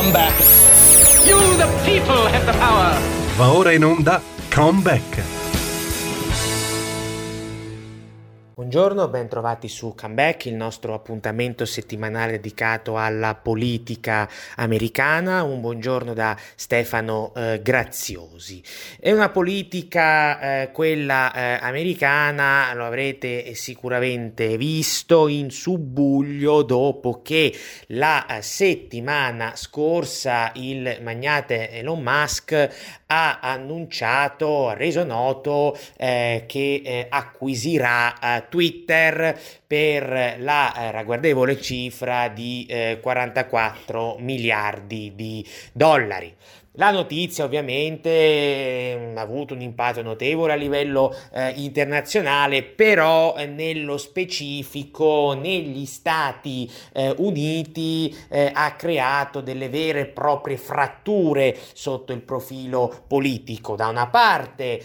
Comeback. You the people have the power. Va ora in onda Comeback. Buongiorno, ben trovati su Comeback, il nostro appuntamento settimanale dedicato alla politica americana. Un buongiorno da Stefano Graziosi. È una politica, quella americana, lo avrete sicuramente visto, in subbuglio dopo che la settimana scorsa il magnate Elon Musk ha annunciato, ha reso noto che acquisirà Twitter per la ragguardevole cifra di 44 miliardi di dollari. La notizia ovviamente ha avuto un impatto notevole a livello internazionale, però nello specifico negli Stati Uniti ha creato delle vere e proprie fratture sotto il profilo politico. Da una parte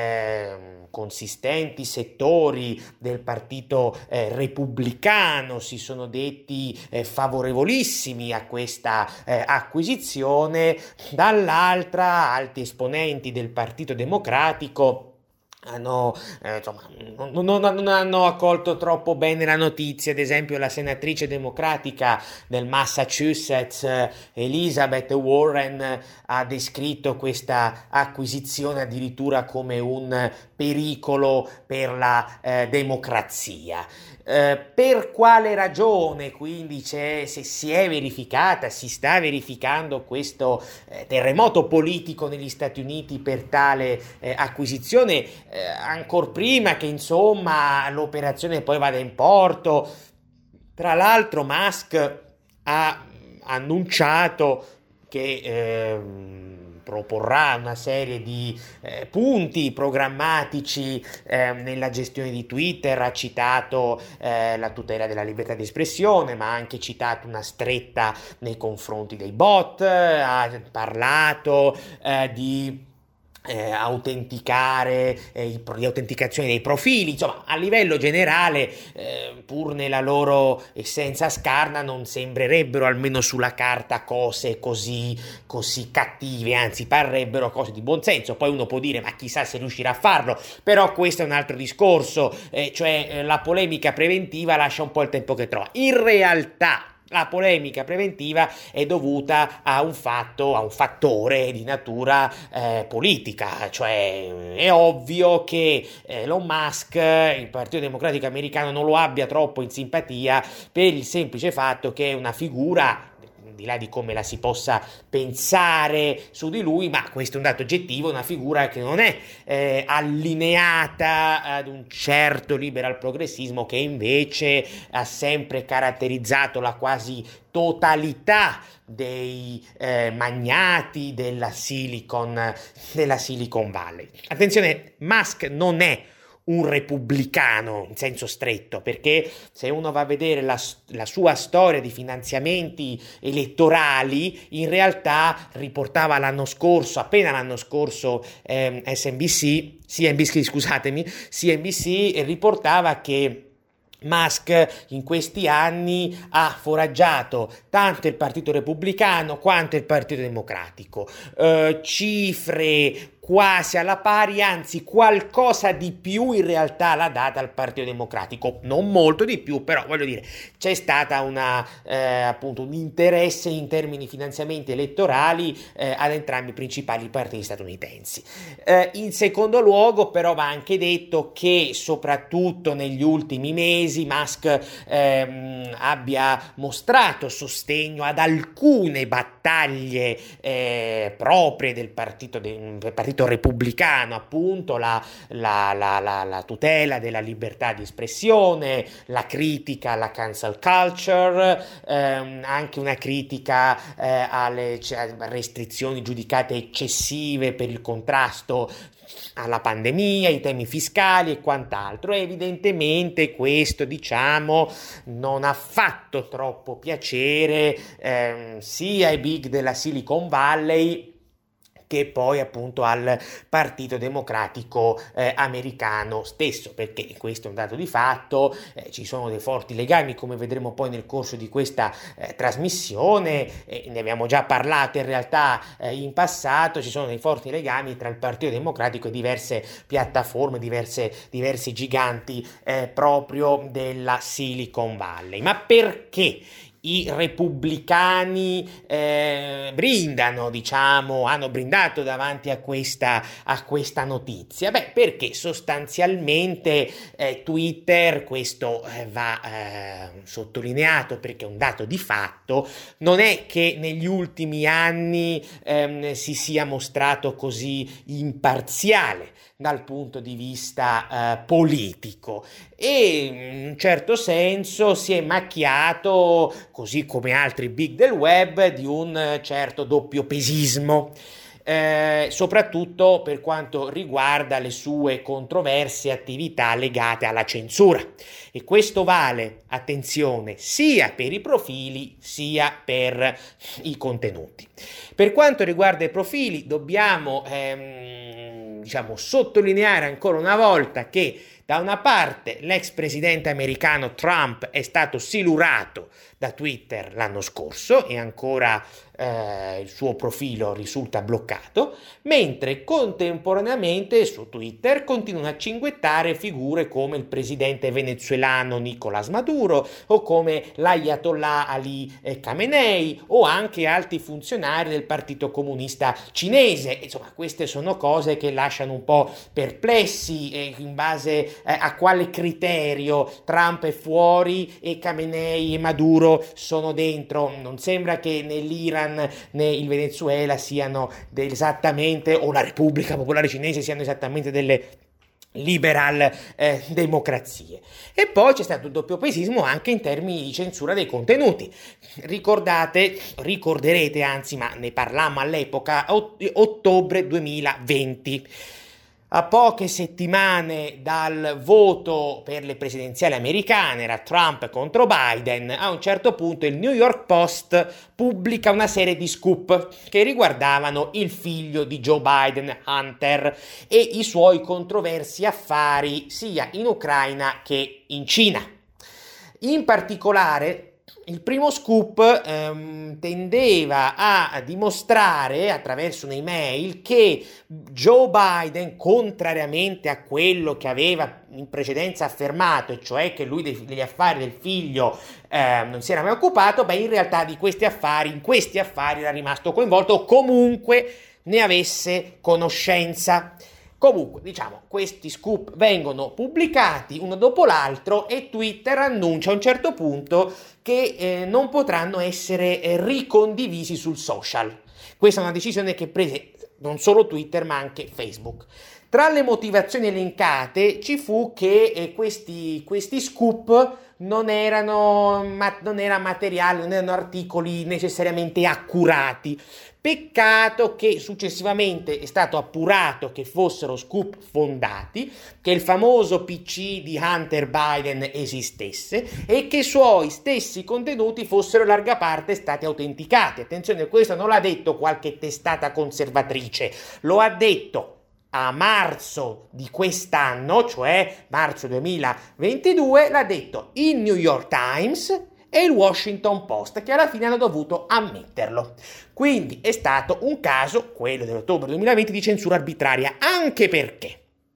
consistenti settori del partito repubblicano si sono detti favorevolissimi a questa acquisizione, dall'altra alti esponenti del Partito Democratico non hanno accolto troppo bene la notizia. Ad esempio la senatrice democratica del Massachusetts Elizabeth Warren ha descritto questa acquisizione addirittura come un pericolo per la democrazia. Per quale ragione quindi si sta verificando questo terremoto politico negli Stati Uniti per tale acquisizione, ancor prima che insomma l'operazione poi vada in porto? Tra l'altro Musk ha annunciato che proporrà una serie di punti programmatici nella gestione di Twitter. Ha citato la tutela della libertà di espressione, ma ha anche citato una stretta nei confronti dei bot, ha parlato di di autenticazione dei profili. Insomma, a livello generale, pur nella loro essenza scarna, non sembrerebbero, almeno sulla carta, cose così cattive, anzi parrebbero cose di buon senso. Poi uno può dire ma chissà se riuscirà a farlo, però questo è un altro discorso, cioè la polemica preventiva lascia un po' il tempo che trova. In realtà la polemica preventiva è dovuta a un fattore di natura politica, cioè è ovvio che Elon Musk, il Partito Democratico americano, non lo abbia troppo in simpatia per il semplice fatto che è una figura, di là di come la si possa pensare su di lui, ma questo è un dato oggettivo, una figura che non è allineata ad un certo liberal progressismo che invece ha sempre caratterizzato la quasi totalità dei magnati della Silicon Valley. Attenzione, Musk non è un repubblicano in senso stretto, perché se uno va a vedere la sua storia di finanziamenti elettorali, in realtà riportava appena l'anno scorso CNBC riportava che Musk in questi anni ha foraggiato tanto il Partito Repubblicano quanto il Partito Democratico, cifre quasi alla pari, anzi qualcosa di più in realtà l'ha data al Partito Democratico, non molto di più, però voglio dire c'è stata appunto un interesse in termini di finanziamenti elettorali ad entrambi i principali partiti statunitensi. In secondo luogo però va anche detto che soprattutto negli ultimi mesi Musk abbia mostrato sostegno ad alcune battaglie proprie del partito repubblicano, appunto la tutela della libertà di espressione, la critica alla cancel culture, anche una critica alle restrizioni giudicate eccessive per il contrasto alla pandemia, ai temi fiscali e quant'altro. Evidentemente questo, non ha fatto troppo piacere sia ai big della Silicon Valley che poi appunto al Partito Democratico americano stesso, perché questo è un dato di fatto, ci sono dei forti legami, come vedremo poi nel corso di questa trasmissione, ne abbiamo già parlato in realtà in passato, ci sono dei forti legami tra il Partito Democratico e diverse piattaforme, diversi giganti proprio della Silicon Valley. Ma perché i repubblicani hanno brindato davanti a questa notizia? Beh, perché sostanzialmente Twitter, questo va sottolineato perché è un dato di fatto, non è che negli ultimi anni si sia mostrato così imparziale dal punto di vista politico, e in un certo senso si è macchiato, così come altri big del web, di un certo doppiopesismo, soprattutto per quanto riguarda le sue controverse attività legate alla censura. E questo vale, attenzione, sia per i profili sia per i contenuti. Per quanto riguarda i profili, dobbiamo sottolineare ancora una volta che da una parte l'ex presidente americano Trump è stato silurato da Twitter l'anno scorso e ancora il suo profilo risulta bloccato, mentre contemporaneamente su Twitter continuano a cinguettare figure come il presidente venezuelano Nicolás Maduro o come l'Ayatollah Ali Khamenei o anche alti funzionari del Partito Comunista Cinese. Insomma, queste sono cose che lasciano un po' perplessi in base a quale criterio Trump è fuori e Khamenei e Maduro sono dentro. Non sembra che nell'Iran né il Venezuela siano esattamente, o la Repubblica Popolare Cinese siano esattamente delle liberal democrazie. E poi c'è stato un doppiopesismo anche in termini di censura dei contenuti. Ricorderete anzi, ma ne parlammo all'epoca, ottobre 2020. A poche settimane dal voto per le presidenziali americane, era Trump contro Biden, a un certo punto il New York Post pubblica una serie di scoop che riguardavano il figlio di Joe Biden, Hunter, e i suoi controversi affari sia in Ucraina che in Cina. In particolare, il primo scoop tendeva a dimostrare attraverso un'email che Joe Biden, contrariamente a quello che aveva in precedenza affermato, e cioè che lui degli affari del figlio non si era mai occupato, in realtà in questi affari era rimasto coinvolto o comunque ne avesse conoscenza. Comunque, questi scoop vengono pubblicati uno dopo l'altro e Twitter annuncia a un certo punto che non potranno essere ricondivisi sul social. Questa è una decisione che prese non solo Twitter ma anche Facebook. Tra le motivazioni elencate ci fu che questi scoop non erano materiali, non erano articoli necessariamente accurati. Peccato che successivamente è stato appurato che fossero scoop fondati, che il famoso PC di Hunter Biden esistesse e che i suoi stessi contenuti fossero in larga parte stati autenticati. Attenzione, questo non l'ha detto qualche testata conservatrice, lo ha detto a marzo di quest'anno, cioè marzo 2022, l'ha detto il New York Times e il Washington Post, che alla fine hanno dovuto ammetterlo. Quindi è stato un caso, quello dell'ottobre 2020, di censura arbitraria, anche perché,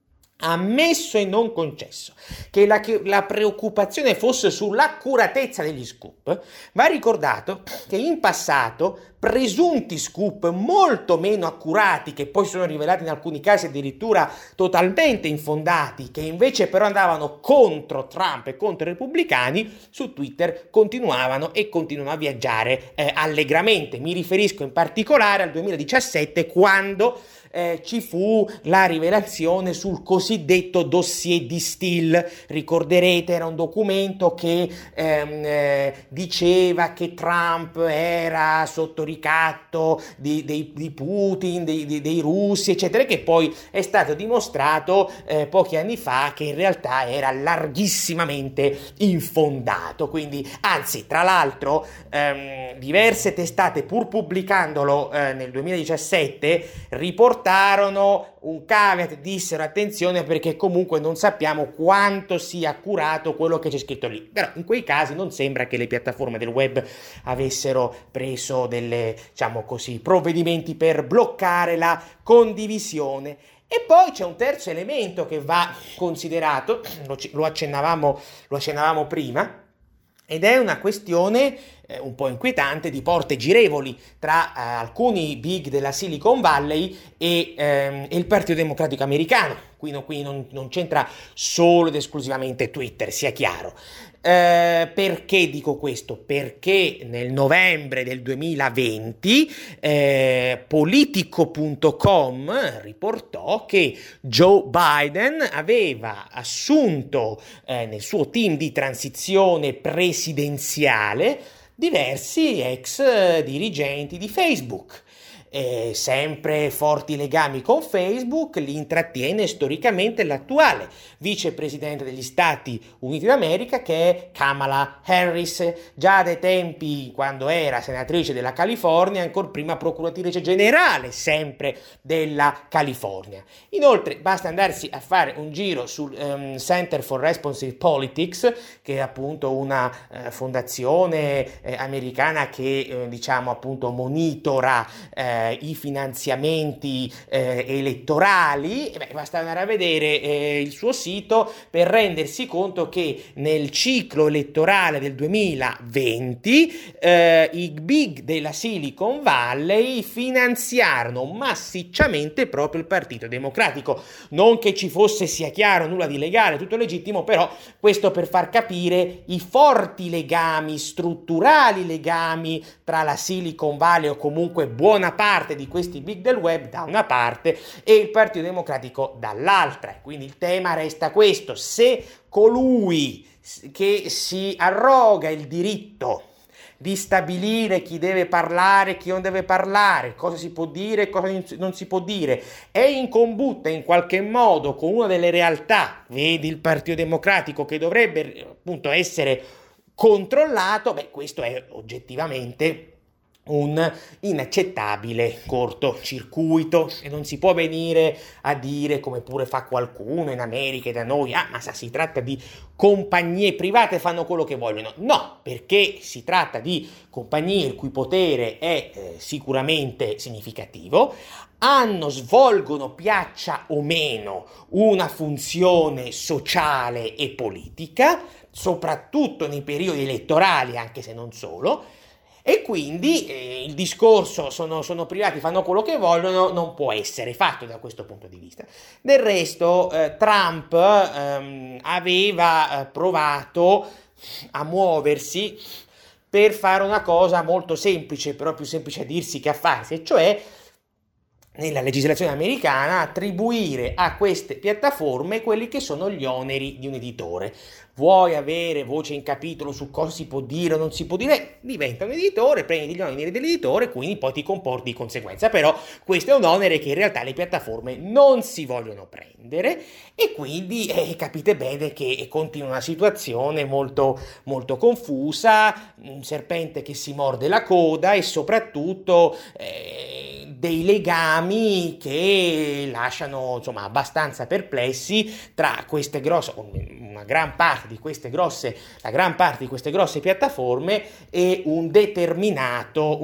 ammesso e non concesso che la preoccupazione fosse sull'accuratezza degli scoop, va ricordato che in passato presunti scoop molto meno accurati, che poi sono rivelati in alcuni casi addirittura totalmente infondati, che invece però andavano contro Trump e contro i repubblicani, su Twitter continuavano a viaggiare allegramente. Mi riferisco in particolare al 2017, quando ci fu la rivelazione sul cosiddetto dossier di Steele. Ricorderete, era un documento che diceva che Trump era sotto ricatto di Putin, dei russi, eccetera, che poi è stato dimostrato pochi anni fa che in realtà era larghissimamente infondato. Quindi, anzi, tra l'altro, diverse testate, pur pubblicandolo nel 2017, riportarono un caveat, dissero attenzione perché comunque non sappiamo quanto sia accurato quello che c'è scritto lì. Però in quei casi non sembra che le piattaforme del web avessero preso delle, diciamo così, provvedimenti per bloccare la condivisione. E poi c'è un terzo elemento che va considerato, lo accennavamo prima, ed è una questione un po' inquietante di porte girevoli tra alcuni big della Silicon Valley e il Partito Democratico americano. Qui non c'entra solo ed esclusivamente Twitter, sia chiaro. Perché dico questo? Perché nel novembre del 2020 Politico.com riportò che Joe Biden aveva assunto nel suo team di transizione presidenziale diversi ex dirigenti di Facebook. Sempre forti legami con Facebook li intrattiene storicamente l'attuale vicepresidente degli Stati Uniti d'America, che è Kamala Harris, già dai tempi quando era senatrice della California, ancor prima procuratrice generale sempre della California. Inoltre basta andarsi a fare un giro sul Center for Responsive Politics, che è appunto una fondazione americana che diciamo appunto monitora i finanziamenti elettorali. Basta andare a vedere il suo sito per rendersi conto che nel ciclo elettorale del 2020 i big della Silicon Valley finanziarono massicciamente proprio il Partito Democratico. Non che ci fosse, sia chiaro, nulla di legale, tutto legittimo, però questo per far capire i forti legami, strutturali legami tra la Silicon Valley, o comunque buona parte di questi big del web da una parte e il Partito Democratico dall'altra. Quindi il tema resta questo: se colui che si arroga il diritto di stabilire chi deve parlare, chi non deve parlare, cosa si può dire, cosa non si può dire, è in combutta in qualche modo con una delle realtà, vedi il Partito Democratico, che dovrebbe appunto essere controllato, questo è oggettivamente un inaccettabile cortocircuito, e non si può venire a dire, come pure fa qualcuno in America e da noi, ma si tratta di compagnie private, fanno quello che vogliono. No, perché si tratta di compagnie il cui potere è sicuramente significativo, svolgono, piaccia o meno, una funzione sociale e politica, soprattutto nei periodi elettorali, anche se non solo. E quindi il discorso sono privati, fanno quello che vogliono, non può essere fatto da questo punto di vista. Del resto Trump aveva provato a muoversi per fare una cosa molto semplice, però più semplice a dirsi che a farsi, e cioè nella legislazione americana attribuire a queste piattaforme quelli che sono gli oneri di un editore. Vuoi avere voce in capitolo su cosa si può dire o non si può dire? Diventa un editore, prendi gli oneri dell'editore, quindi poi ti comporti di conseguenza. Però questo è un onere che in realtà le piattaforme non si vogliono prendere, e quindi capite bene che continua una situazione molto, molto confusa, un serpente che si morde la coda, e soprattutto dei legami che lasciano insomma abbastanza perplessi tra queste grosse, la gran parte di queste grosse piattaforme e un determinato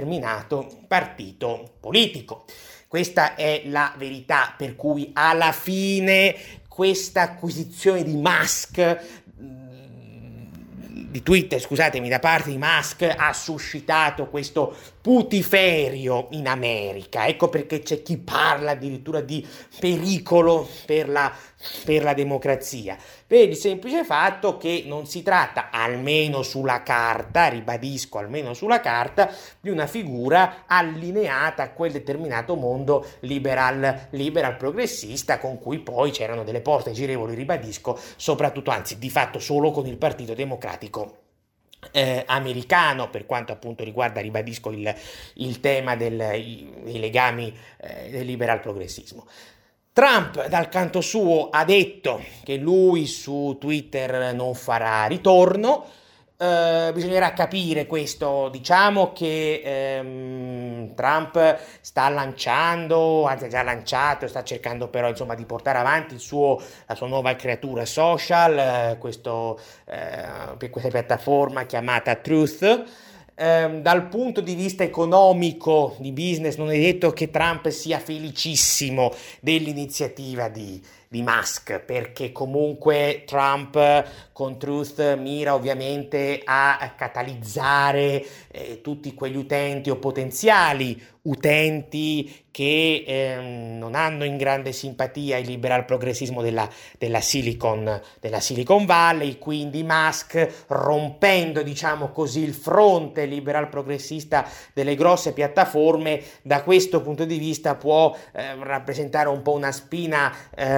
partito politico. Questa è la verità, per cui alla fine questa acquisizione di Twitter, scusatemi, da parte di Musk ha suscitato questo putiferio in America. Ecco perché c'è chi parla addirittura di pericolo per la per la democrazia, per il semplice fatto che non si tratta, almeno sulla carta, ribadisco, almeno sulla carta, di una figura allineata a quel determinato mondo liberal progressista con cui poi c'erano delle porte girevoli, ribadisco, soprattutto, anzi di fatto solo con il Partito Democratico americano, per quanto appunto riguarda, ribadisco, il tema dei legami del liberal progressismo. Trump dal canto suo ha detto che lui su Twitter non farà ritorno. Bisognerà capire questo, diciamo che Trump sta lanciando, anzi ha già lanciato, sta cercando però insomma di portare avanti la sua nuova creatura social, questa piattaforma chiamata Truth. Dal punto di vista economico, di business, non è detto che Trump sia felicissimo dell'iniziativa di Musk, perché comunque Trump con Truth mira ovviamente a catalizzare tutti quegli utenti o potenziali utenti che non hanno in grande simpatia il liberal progressismo della Silicon Valley, quindi Musk, rompendo, diciamo così, il fronte liberal progressista delle grosse piattaforme, da questo punto di vista può rappresentare un po' una spina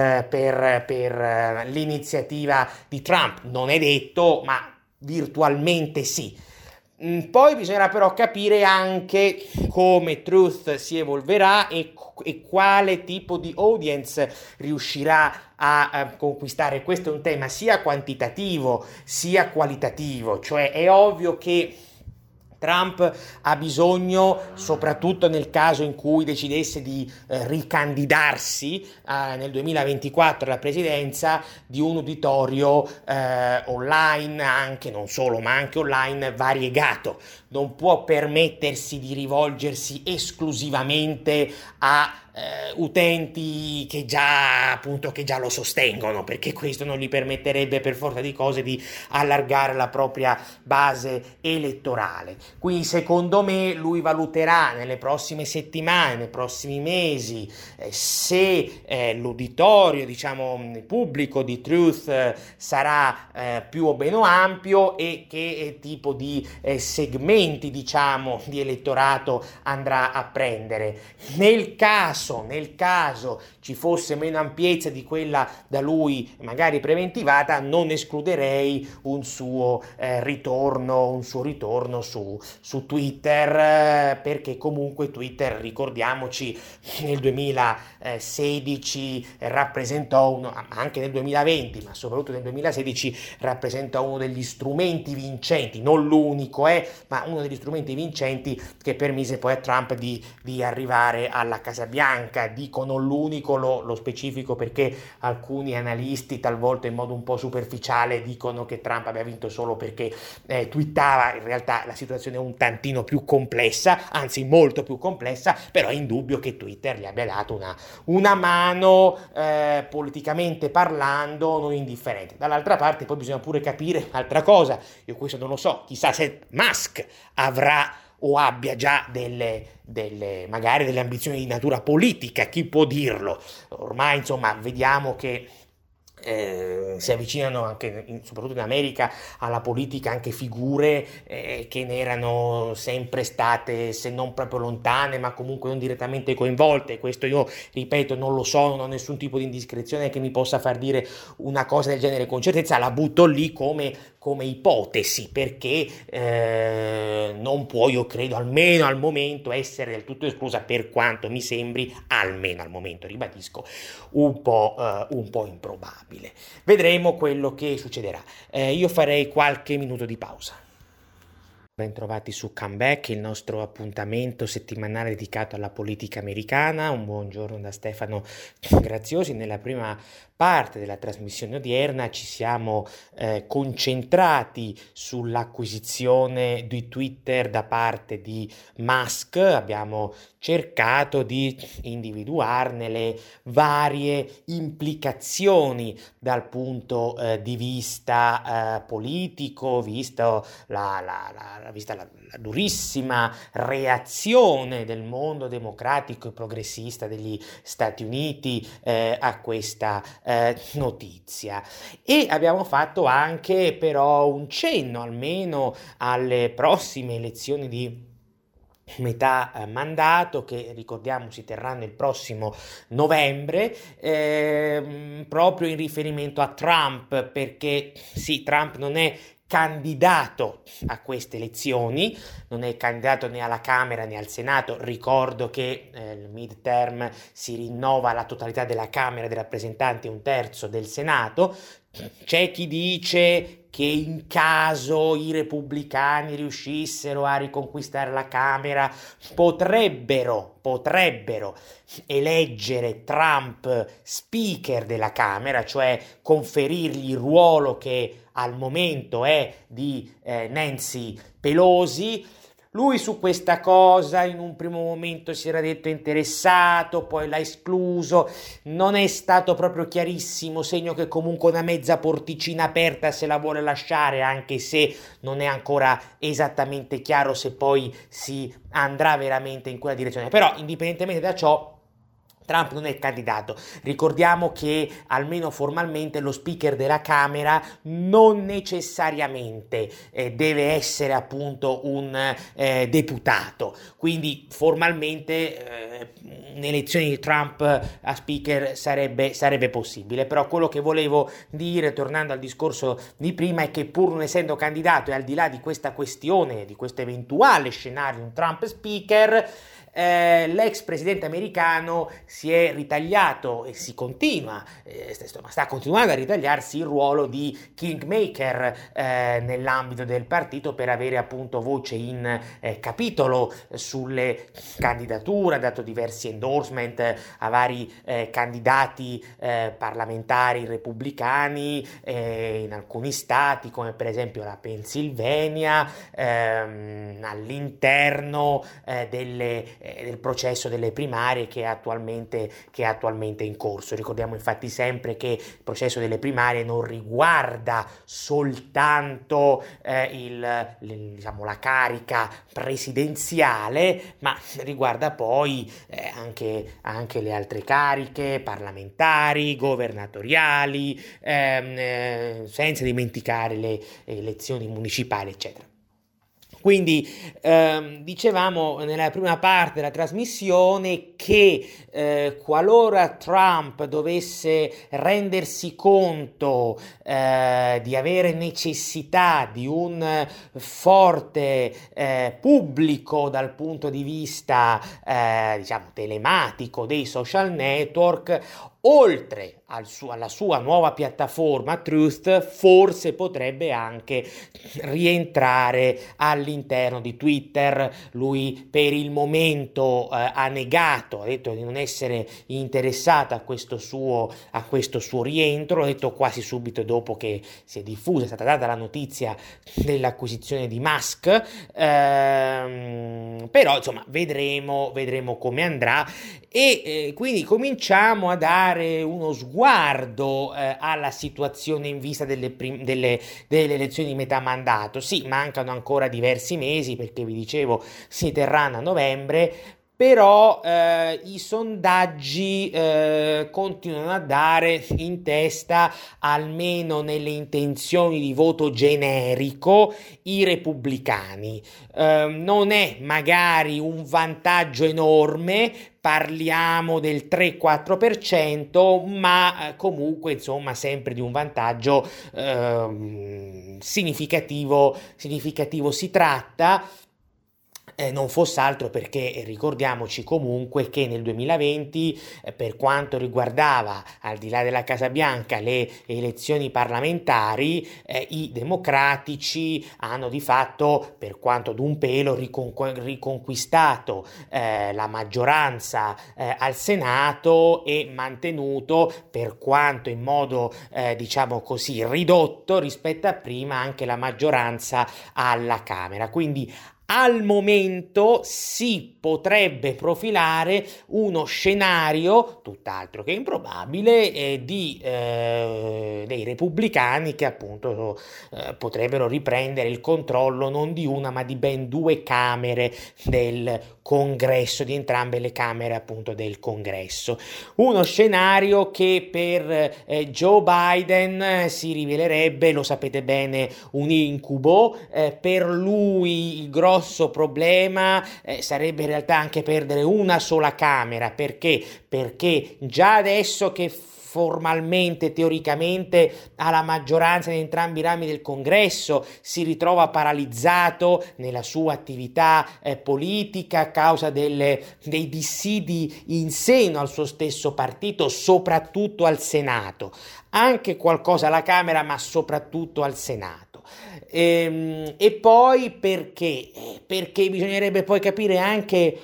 per l'iniziativa di Trump. Non è detto, ma virtualmente sì. Poi bisognerà però capire anche come Truth si evolverà e quale tipo di audience riuscirà a conquistare. Questo è un tema sia quantitativo sia qualitativo, cioè è ovvio che Trump ha bisogno, soprattutto nel caso in cui decidesse di ricandidarsi nel 2024 alla presidenza, di un uditorio online, anche non solo, ma anche online variegato. Non può permettersi di rivolgersi esclusivamente a utenti che già lo sostengono, perché questo non gli permetterebbe per forza di cose di allargare la propria base elettorale. Quindi secondo me lui valuterà nelle prossime settimane, nei prossimi mesi, se l'uditorio, diciamo pubblico di Truth sarà più o meno ampio e che tipo di segmenti, diciamo, di elettorato andrà a prendere. Nel caso ci fosse meno ampiezza di quella da lui magari preventivata, non escluderei un suo ritorno su Twitter, perché comunque Twitter, ricordiamoci, nel 2016 rappresentò anche nel 2020, ma soprattutto nel 2016 rappresentò uno degli strumenti vincenti, non l'unico, ma uno degli strumenti vincenti che permise poi a Trump di arrivare alla Casa Bianca. Dico non l'unico, lo specifico perché alcuni analisti, talvolta in modo un po' superficiale, dicono che Trump abbia vinto solo perché twittava. In realtà la situazione è un tantino più complessa, anzi molto più complessa, però è indubbio che Twitter gli abbia dato una mano politicamente parlando non indifferente. Dall'altra parte poi bisogna pure capire un'altra cosa, io questo non lo so, chissà se Musk avrà o abbia già magari delle ambizioni di natura politica, chi può dirlo? Ormai insomma vediamo che si avvicinano anche, soprattutto in America, alla politica anche figure che ne erano sempre state, se non proprio lontane, ma comunque non direttamente coinvolte. Questo io, ripeto, non lo so, non ho nessun tipo di indiscrezione che mi possa far dire una cosa del genere con certezza, la butto lì come ipotesi, perché non può, io credo, almeno al momento, essere del tutto esclusa, per quanto mi sembri, almeno al momento, ribadisco, un po' improbabile. Vedremo quello che succederà. Io farei qualche minuto di pausa. Bentrovati su Comeback, il nostro appuntamento settimanale dedicato alla politica americana. Un buongiorno da Stefano Graziosi. Nella prima parte della trasmissione odierna ci siamo concentrati sull'acquisizione di Twitter da parte di Musk. Abbiamo cercato di individuarne le varie implicazioni dal punto di vista politico, vista la durissima reazione del mondo democratico e progressista degli Stati Uniti a questa notizia. E abbiamo fatto anche però un cenno almeno alle prossime elezioni di metà mandato, che ricordiamo si terranno il prossimo novembre, proprio in riferimento a Trump, perché sì, Trump non è candidato a queste elezioni, non è candidato né alla Camera né al Senato. Ricordo che il midterm si rinnova la totalità della Camera dei rappresentanti e un terzo del Senato. C'è chi dice che in caso i repubblicani riuscissero a riconquistare la Camera potrebbero eleggere Trump speaker della Camera, cioè conferirgli il ruolo che al momento è di Nancy Pelosi. Lui su questa cosa in un primo momento si era detto interessato, poi l'ha escluso, non è stato proprio chiarissimo, segno che comunque una mezza porticina aperta se la vuole lasciare, anche se non è ancora esattamente chiaro se poi si andrà veramente in quella direzione. Però indipendentemente da ciò, Trump non è candidato. Ricordiamo che almeno formalmente lo speaker della Camera non necessariamente deve essere appunto un deputato, quindi formalmente un'elezione di Trump a speaker sarebbe possibile. Però quello che volevo dire, tornando al discorso di prima, è che pur non essendo candidato e al di là di questa questione, di questo eventuale scenario un Trump speaker, l'ex presidente americano si è ritagliato e si sta continuando a ritagliarsi il ruolo di kingmaker nell'ambito del partito, per avere appunto voce in capitolo sulle candidature. Ha dato diversi endorsement a vari candidati parlamentari repubblicani in alcuni stati, come per esempio la Pennsylvania, all'interno del processo delle primarie che è attualmente in corso. Ricordiamo infatti sempre che il processo delle primarie non riguarda soltanto la carica presidenziale, ma riguarda poi anche le altre cariche parlamentari, governatoriali, senza dimenticare le elezioni municipali, eccetera. Quindi dicevamo nella prima parte della trasmissione che qualora Trump dovesse rendersi conto di avere necessità di un forte pubblico dal punto di vista telematico dei social network, oltre alla sua nuova piattaforma Truth, forse potrebbe anche rientrare all'interno di Twitter. Lui per il momento ha negato, ha detto di non essere interessato a questo suo rientro, l'ha detto quasi subito dopo che si è diffusa, è stata data la notizia dell'acquisizione di Musk, però insomma vedremo come andrà. E quindi cominciamo a dare uno sguardo alla situazione in vista delle elezioni di metà mandato. Sì, mancano ancora diversi mesi, perché vi dicevo si terranno a novembre, però i sondaggi continuano a dare in testa, almeno nelle intenzioni di voto generico, i repubblicani. Non è magari un vantaggio enorme, parliamo del 3-4%, ma comunque insomma sempre di un vantaggio significativo si tratta. Non fosse altro perché ricordiamoci comunque che nel 2020 per quanto riguardava, al di là della Casa Bianca, le elezioni parlamentari, i democratici hanno di fatto, per quanto d'un pelo, riconquistato la maggioranza al Senato e mantenuto, per quanto in modo ridotto rispetto a prima, anche la maggioranza alla Camera. Quindi al momento si potrebbe profilare uno scenario tutt'altro che improbabile dei repubblicani che appunto potrebbero riprendere il controllo non di una ma di ben 2 camere del congresso, di entrambe le camere appunto del congresso. Uno scenario che per Joe Biden si rivelerebbe, lo sapete bene, un incubo. Per lui il grosso problema sarebbe in realtà anche perdere una sola camera. Perché già adesso che formalmente, teoricamente, ha la maggioranza in entrambi i rami del congresso, si ritrova paralizzato nella sua attività politica a causa dei dissidi in seno al suo stesso partito, soprattutto al Senato. Anche qualcosa alla Camera, ma soprattutto al Senato. E poi perché? Perché bisognerebbe poi capire anche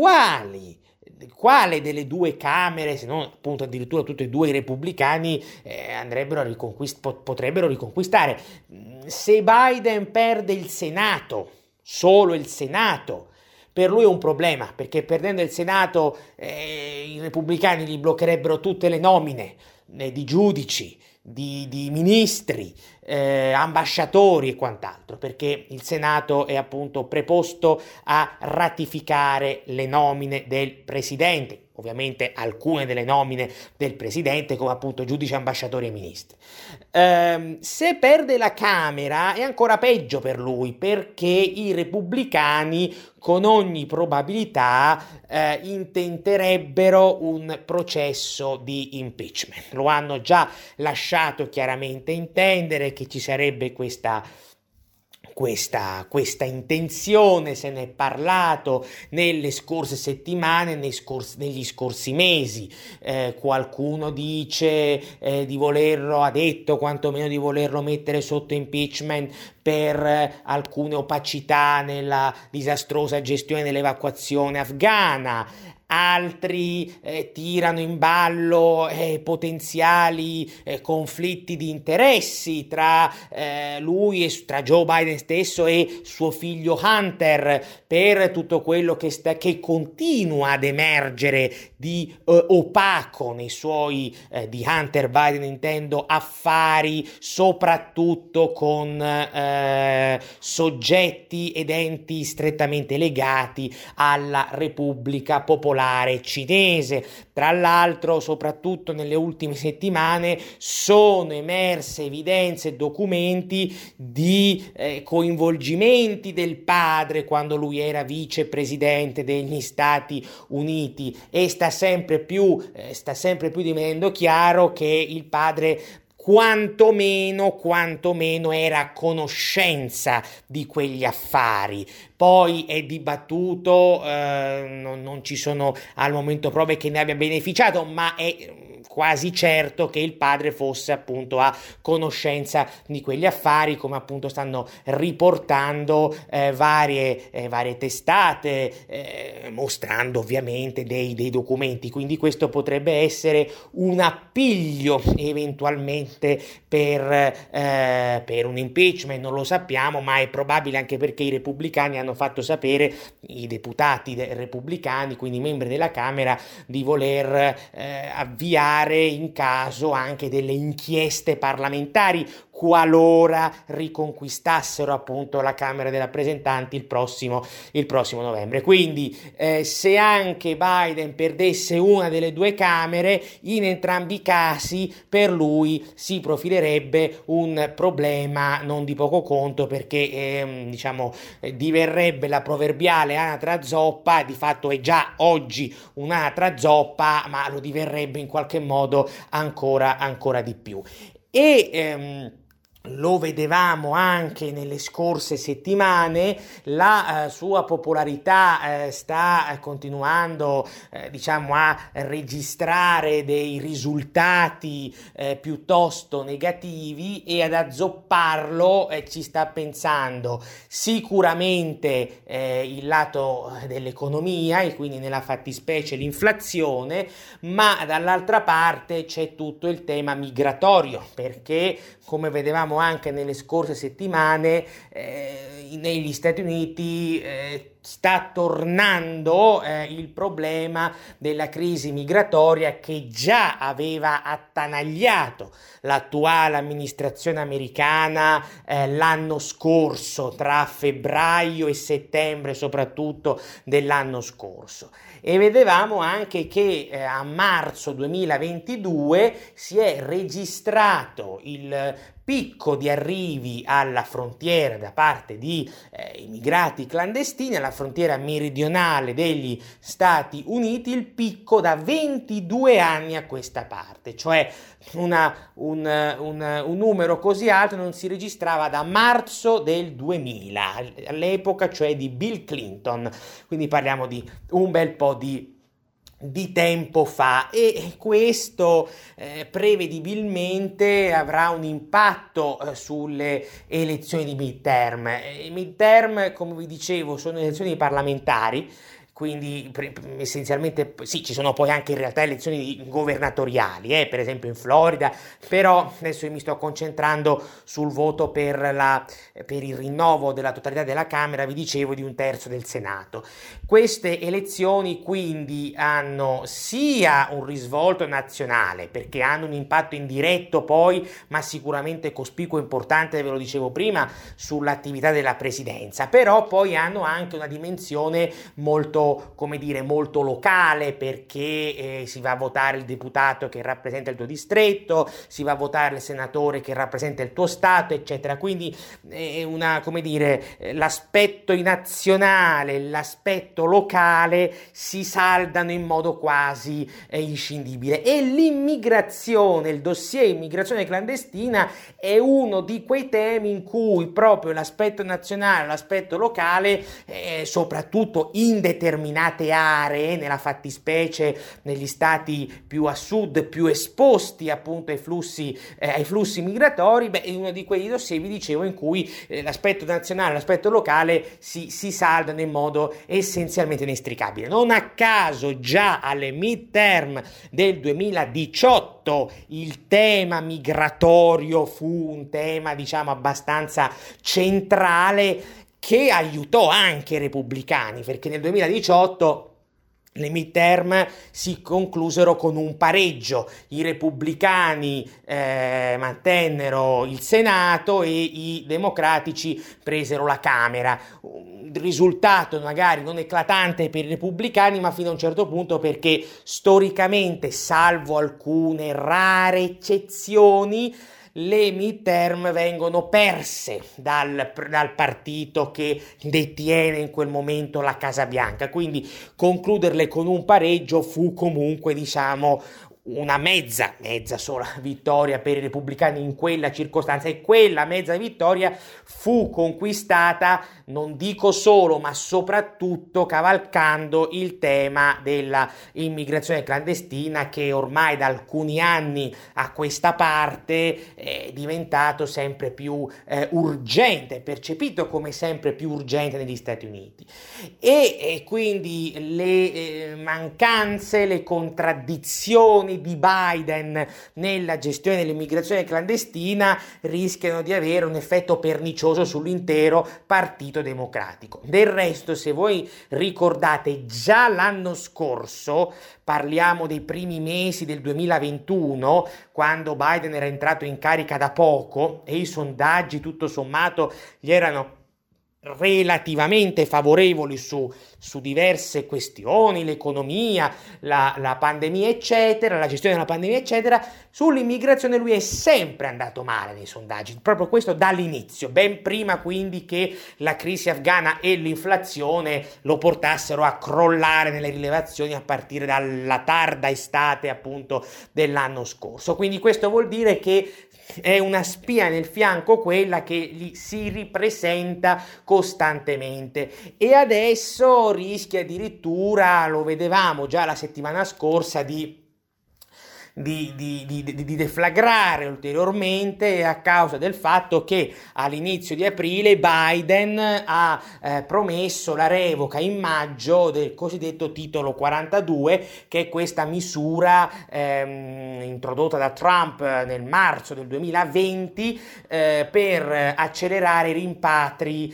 quale delle due camere, se non appunto addirittura tutti e due i repubblicani, potrebbero riconquistare. Se Biden perde il Senato, solo il Senato, per lui è un problema, perché perdendo il Senato i repubblicani gli bloccherebbero tutte le nomine di giudici, di ministri, ambasciatori e quant'altro, perché il Senato è appunto preposto a ratificare le nomine del presidente, ovviamente alcune delle nomine del presidente come appunto giudici, ambasciatori e ministri. Se perde la Camera è ancora peggio per lui, perché i repubblicani con ogni probabilità intenterebbero un processo di impeachment. Lo hanno già lasciato chiaramente intendere che ci sarebbe questa intenzione, se ne è parlato nelle scorse settimane, negli scorsi mesi. Qualcuno dice ha detto quantomeno di volerlo mettere sotto impeachment per alcune opacità nella disastrosa gestione dell'evacuazione afghana. Altri tirano in ballo potenziali conflitti di interessi tra lui e tra Joe Biden stesso e suo figlio Hunter, per tutto quello che continua ad emergere di opaco nei suoi di Hunter Biden intendo affari, soprattutto con soggetti ed enti strettamente legati alla Repubblica Popolare Cinese. Tra l'altro, soprattutto nelle ultime settimane sono emerse evidenze e documenti di coinvolgimenti del padre quando lui era vicepresidente degli Stati Uniti, e sta sempre più divenendo chiaro che il padre quantomeno era a conoscenza di quegli affari. Poi è dibattuto, non ci sono al momento prove che ne abbia beneficiato, ma è quasi certo che il padre fosse appunto a conoscenza di quegli affari, come appunto stanno riportando varie testate, mostrando ovviamente dei documenti. Quindi questo potrebbe essere un appiglio eventualmente per un impeachment, non lo sappiamo, ma è probabile, anche perché i repubblicani hanno fatto sapere, i deputati repubblicani, quindi membri della Camera, di voler avviare in caso anche delle inchieste parlamentari qualora riconquistassero appunto la Camera dei rappresentanti il prossimo novembre. Quindi se anche Biden perdesse una delle due Camere, in entrambi i casi per lui si profilerebbe un problema non di poco conto, perché diverrebbe la proverbiale anatra zoppa. Di fatto è già oggi un'anatra zoppa, ma lo diverrebbe in qualche modo ancora di più. E lo vedevamo anche nelle scorse settimane, la sua popolarità sta continuando a registrare dei risultati piuttosto negativi, e ad azzopparlo ci sta pensando sicuramente il lato dell'economia, e quindi nella fattispecie l'inflazione, ma dall'altra parte c'è tutto il tema migratorio, perché come vedevamo anche nelle scorse settimane negli Stati Uniti sta tornando il problema della crisi migratoria che già aveva attanagliato l'attuale amministrazione americana l'anno scorso, tra febbraio e settembre soprattutto dell'anno scorso. E vedevamo anche che a marzo 2022 si è registrato il picco di arrivi alla frontiera da parte di immigrati clandestini, alla frontiera meridionale degli Stati Uniti, il picco da 22 anni a questa parte, cioè un numero così alto non si registrava da marzo del 2000, all'epoca cioè di Bill Clinton, quindi parliamo di un bel po' di tempo fa, e questo prevedibilmente avrà un impatto sulle elezioni di midterm. I midterm, come vi dicevo, sono elezioni parlamentari, quindi essenzialmente sì, ci sono poi anche in realtà elezioni governatoriali, per esempio in Florida, però adesso io mi sto concentrando sul voto per il rinnovo della totalità della Camera, vi dicevo, di un terzo del Senato. Queste elezioni quindi hanno sia un risvolto nazionale, perché hanno un impatto indiretto poi, ma sicuramente cospicuo e importante, ve lo dicevo prima, sull'attività della presidenza, però poi hanno anche una dimensione molto locale, perché si va a votare il deputato che rappresenta il tuo distretto, si va a votare il senatore che rappresenta il tuo stato, eccetera. Quindi l'aspetto nazionale, l'aspetto locale si saldano in modo quasi inscindibile, e l'immigrazione, il dossier immigrazione clandestina è uno di quei temi in cui proprio l'aspetto nazionale, l'aspetto locale, soprattutto in determinate aree, nella fattispecie negli stati più a sud, più esposti appunto ai flussi migratori, è uno di quei dossier, vi dicevo, in cui l'aspetto nazionale e l'aspetto locale si saldano in modo essenzialmente inestricabile. Non a caso già alle midterm del 2018 il tema migratorio fu un tema, diciamo, abbastanza centrale, che aiutò anche i repubblicani, perché nel 2018 le midterm si conclusero con un pareggio. I repubblicani mantennero il Senato e i democratici presero la Camera. Un risultato magari non eclatante per i repubblicani, ma fino a un certo punto, perché storicamente, salvo alcune rare eccezioni, le midterm vengono perse dal partito che detiene in quel momento la Casa Bianca, quindi concluderle con un pareggio fu comunque, diciamo, una mezza sola vittoria per i repubblicani in quella circostanza, e quella mezza vittoria fu conquistata, non dico solo, ma soprattutto cavalcando il tema della immigrazione clandestina, che ormai da alcuni anni a questa parte è diventato sempre più urgente, percepito come sempre più urgente negli Stati Uniti, e quindi le mancanze, le contraddizioni di Biden nella gestione dell'immigrazione clandestina rischiano di avere un effetto pernicioso sull'intero partito democratico. Del resto, se voi ricordate, già l'anno scorso, parliamo dei primi mesi del 2021, quando Biden era entrato in carica da poco e i sondaggi tutto sommato gli erano relativamente favorevoli su diverse questioni, l'economia, la pandemia eccetera, la gestione della pandemia eccetera, sull'immigrazione lui è sempre andato male nei sondaggi, proprio questo dall'inizio, ben prima quindi che la crisi afghana e l'inflazione lo portassero a crollare nelle rilevazioni a partire dalla tarda estate appunto dell'anno scorso. Quindi questo vuol dire che è una spia nel fianco quella che gli si ripresenta costantemente, e adesso rischia addirittura, lo vedevamo già la settimana scorsa, di di deflagrare ulteriormente a causa del fatto che all'inizio di aprile Biden ha promesso la revoca in maggio del cosiddetto titolo 42, che è questa misura introdotta da Trump nel marzo del 2020 per accelerare i rimpatri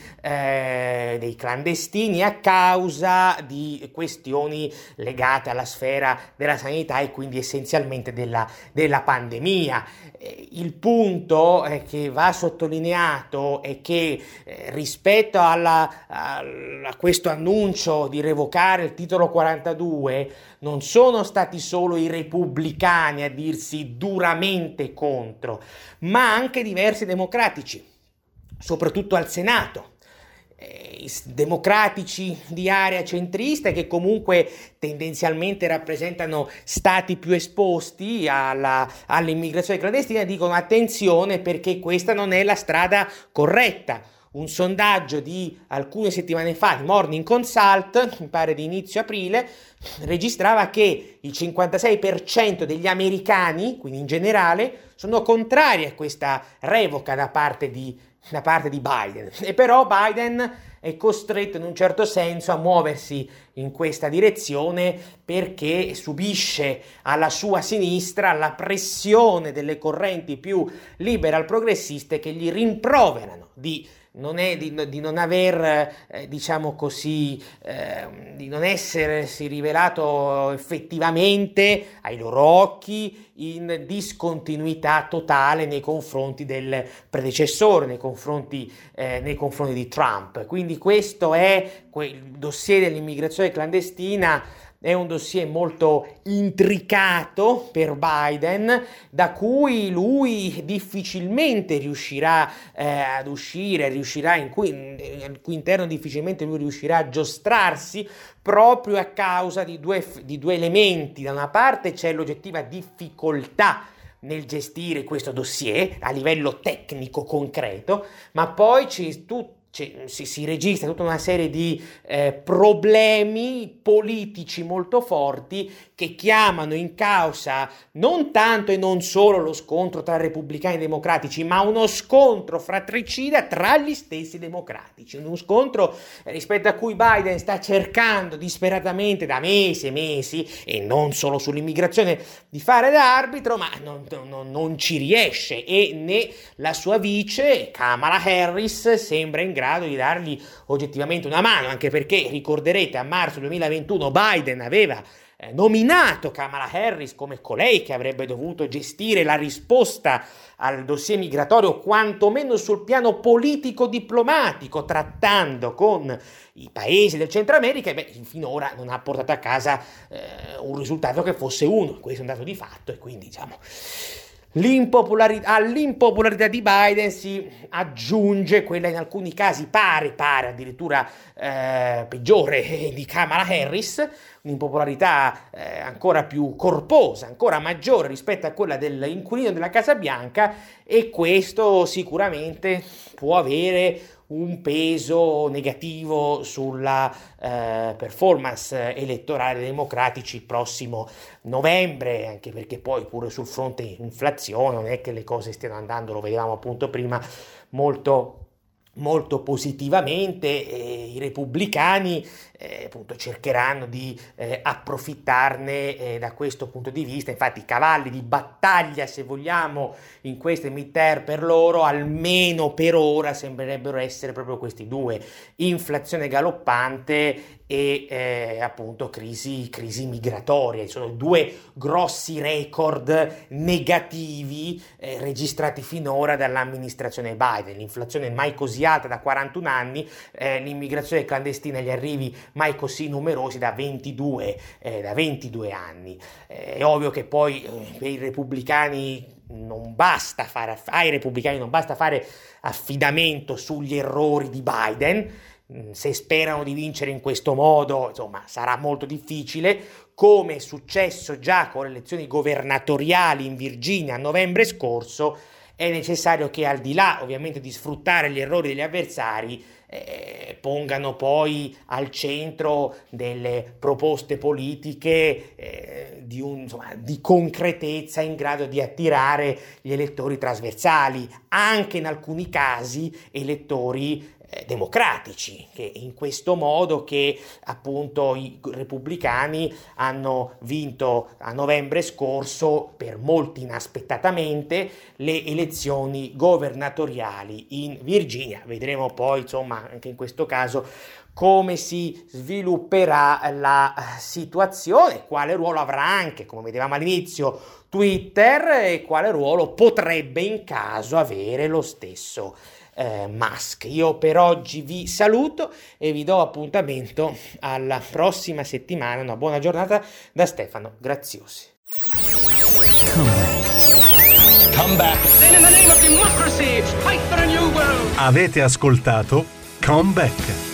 dei clandestini a causa di questioni legate alla sfera della sanità e quindi essenzialmente della pandemia. Il punto che va sottolineato è che rispetto a questo annuncio di revocare il titolo 42 non sono stati solo i repubblicani a dirsi duramente contro, ma anche diversi democratici, soprattutto al Senato. I democratici di area centrista, che comunque tendenzialmente rappresentano stati più esposti all'immigrazione clandestina, dicono attenzione perché questa non è la strada corretta. Un sondaggio di alcune settimane fa, il Morning Consult, mi pare di inizio aprile, registrava che il 56% degli americani, quindi in generale, sono contrari a questa revoca da parte di Biden. E però Biden è costretto in un certo senso a muoversi in questa direzione perché subisce alla sua sinistra la pressione delle correnti più liberal progressiste che gli rimproverano di non aver, diciamo così, di non essersi rivelato effettivamente ai loro occhi in discontinuità totale nei confronti del predecessore, nei confronti di Trump. Quindi questo è il dossier dell'immigrazione clandestina. È un dossier molto intricato per Biden, da cui lui difficilmente riuscirà ad uscire, al cui interno difficilmente lui riuscirà a giostrarsi, proprio a causa di due elementi. Da una parte c'è l'oggettiva difficoltà nel gestire questo dossier a livello tecnico concreto, ma poi si registra tutta una serie di problemi politici molto forti che chiamano in causa non tanto e non solo lo scontro tra repubblicani e democratici, ma uno scontro fratricida tra gli stessi democratici, uno scontro rispetto a cui Biden sta cercando disperatamente da mesi e mesi, e non solo sull'immigrazione, di fare da arbitro, ma non ci riesce, e né la sua vice Kamala Harris sembra in grado di dargli oggettivamente una mano, anche perché ricorderete a marzo 2021 Biden aveva nominato Kamala Harris come colei che avrebbe dovuto gestire la risposta al dossier migratorio, quantomeno sul piano politico-diplomatico, trattando con i paesi del Centro America, e finora non ha portato a casa un risultato che fosse uno. Questo è un dato di fatto, e quindi diciamo all'impopolarità di Biden si aggiunge quella in alcuni casi pare addirittura peggiore di Kamala Harris, un'impopolarità ancora più corposa, ancora maggiore rispetto a quella dell'inquilino della Casa Bianca, e questo sicuramente può avere un peso negativo sulla performance elettorale dei democratici prossimo novembre, anche perché poi pure sul fronte inflazione non è che le cose stiano andando, lo vedevamo appunto prima, molto positivamente. I repubblicani appunto cercheranno di approfittarne da questo punto di vista. Infatti i cavalli di battaglia, se vogliamo, in queste midterm per loro, almeno per ora, sembrerebbero essere proprio questi due: inflazione galoppante e appunto crisi migratoria. Sono due grossi record negativi registrati finora dall'amministrazione Biden: l'inflazione mai così alta da 41 anni, l'immigrazione clandestina, gli arrivi mai così numerosi da 22 anni. È ovvio che poi per i repubblicani non basta fare affidamento sugli errori di Biden. Se sperano di vincere in questo modo, insomma, sarà molto difficile, come è successo già con le elezioni governatoriali in Virginia a novembre scorso. È necessario che, al di là ovviamente di sfruttare gli errori degli avversari, pongano poi al centro delle proposte politiche di concretezza in grado di attirare gli elettori trasversali, anche in alcuni casi elettori democratici, che in questo modo che appunto i repubblicani hanno vinto a novembre scorso, per molti inaspettatamente, le elezioni governatoriali in Virginia. Vedremo poi insomma anche in questo caso come si svilupperà la situazione, quale ruolo avrà anche, come vedevamo all'inizio, Twitter, e quale ruolo potrebbe in caso avere lo stesso Musk. Io per oggi vi saluto e vi do appuntamento alla prossima settimana. Una buona giornata da Stefano Graziosi. Come back. Then in the name of democracy, fight for a new world. Avete ascoltato Come Back.